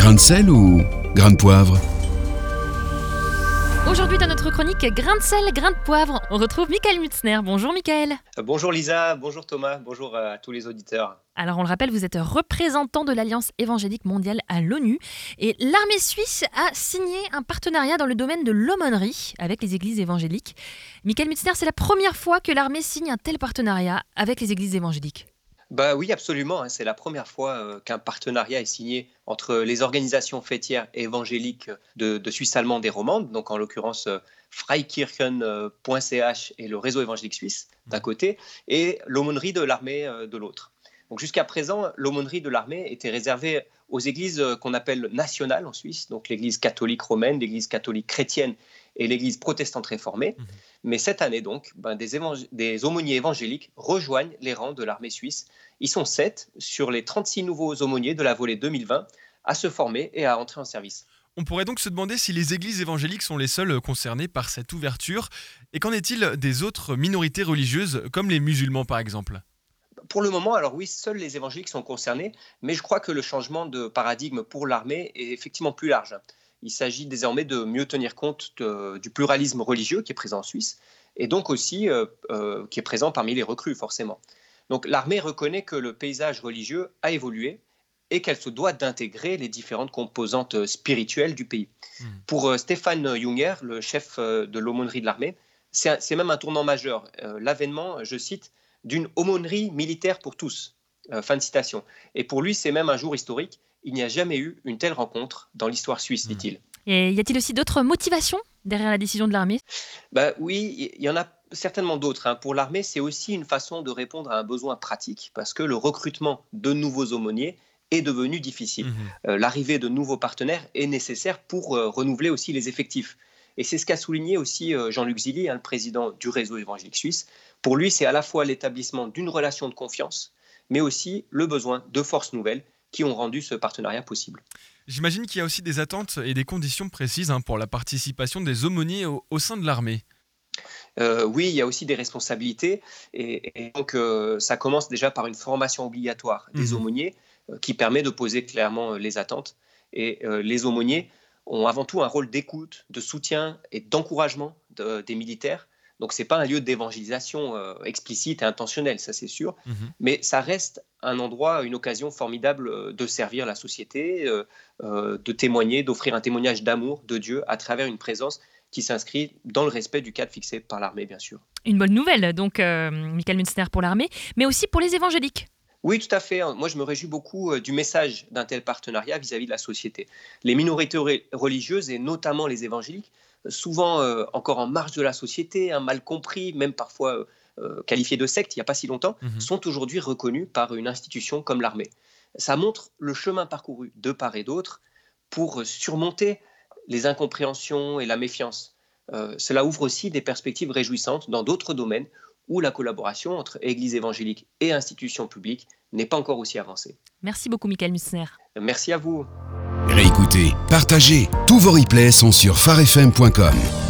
Grain de sel ou grain de poivre ? Aujourd'hui dans notre chronique Grain de sel, grain de poivre, on retrouve Michael Mutzner. Bonjour Michael. Bonjour Lisa, bonjour Thomas, bonjour à tous les auditeurs. Alors on le rappelle, vous êtes représentant de l'Alliance évangélique mondiale à l'ONU et l'armée suisse a signé un partenariat dans le domaine de l'aumônerie avec les églises évangéliques. Michael Mutzner, c'est la première fois que l'armée signe un tel partenariat avec les églises évangéliques. Oui, absolument. C'est la première fois qu'un partenariat est signé entre les organisations fêtières et évangéliques de Suisse allemande et romande, donc en l'occurrence freikirchen.ch et le réseau évangélique suisse d'un côté, et l'aumônerie de l'armée de l'autre. Donc jusqu'à présent, l'aumônerie de l'armée était réservée aux églises qu'on appelle nationales en Suisse, donc l'église catholique romaine, l'église catholique chrétienne et l'église protestante réformée. Mais cette année donc, des aumôniers évangéliques rejoignent les rangs de l'armée suisse. Ils sont 7 sur les 36 nouveaux aumôniers de la volée 2020 à se former et à entrer en service. On pourrait donc se demander si les églises évangéliques sont les seules concernées par cette ouverture. Et qu'en est-il des autres minorités religieuses, comme les musulmans par exemple ? Pour le moment, alors oui, seuls les évangéliques sont concernés, mais je crois que le changement de paradigme pour l'armée est effectivement plus large. Il s'agit désormais de mieux tenir compte du pluralisme religieux qui est présent en Suisse, et donc aussi qui est présent parmi les recrues, forcément. Donc l'armée reconnaît que le paysage religieux a évolué et qu'elle se doit d'intégrer les différentes composantes spirituelles du pays. Pour Stéphane Junger, le chef de l'aumônerie de l'armée, c'est même un tournant majeur. L'avènement, je cite, d'une aumônerie militaire pour tous. Fin de citation. Et pour lui, c'est même un jour historique. Il n'y a jamais eu une telle rencontre dans l'histoire suisse, dit-il. Et y a-t-il aussi d'autres motivations derrière la décision de l'armée ? Oui, il y en a certainement d'autres. Pour l'armée, c'est aussi une façon de répondre à un besoin pratique parce que le recrutement de nouveaux aumôniers est devenu difficile. L'arrivée de nouveaux partenaires est nécessaire pour renouveler aussi les effectifs. Et c'est ce qu'a souligné aussi Jean-Luc Zilli, le président du réseau évangélique suisse. Pour lui, c'est à la fois l'établissement d'une relation de confiance, mais aussi le besoin de forces nouvelles qui ont rendu ce partenariat possible. J'imagine qu'il y a aussi des attentes et des conditions précises pour la participation des aumôniers au sein de l'armée. Oui, il y a aussi des responsabilités. Et donc, ça commence déjà par une formation obligatoire des aumôniers qui permet de poser clairement les attentes. Et les aumôniers ont avant tout un rôle d'écoute, de soutien et d'encouragement des militaires. Donc, ce n'est pas un lieu d'évangélisation explicite et intentionnelle, ça c'est sûr, mais ça reste un endroit, une occasion formidable de servir la société, de témoigner, d'offrir un témoignage d'amour de Dieu à travers une présence qui s'inscrit dans le respect du cadre fixé par l'armée, bien sûr. Une bonne nouvelle, donc, Michael Mutzner pour l'armée, mais aussi pour les évangéliques. Oui, tout à fait. Moi, je me réjouis beaucoup du message d'un tel partenariat vis-à-vis de la société. Les minorités religieuses, et notamment les évangéliques, souvent encore en marge de la société, mal compris, même parfois qualifiés de secte il n'y a pas si longtemps, sont aujourd'hui reconnus par une institution comme l'armée. Ça montre le chemin parcouru de part et d'autre pour surmonter les incompréhensions et la méfiance. Cela ouvre aussi des perspectives réjouissantes dans d'autres domaines où la collaboration entre églises évangéliques et institutions publiques n'est pas encore aussi avancée. Merci beaucoup Michael Mutzner. Merci à vous. Réécoutez, partagez, tous vos replays sont sur farfm.com.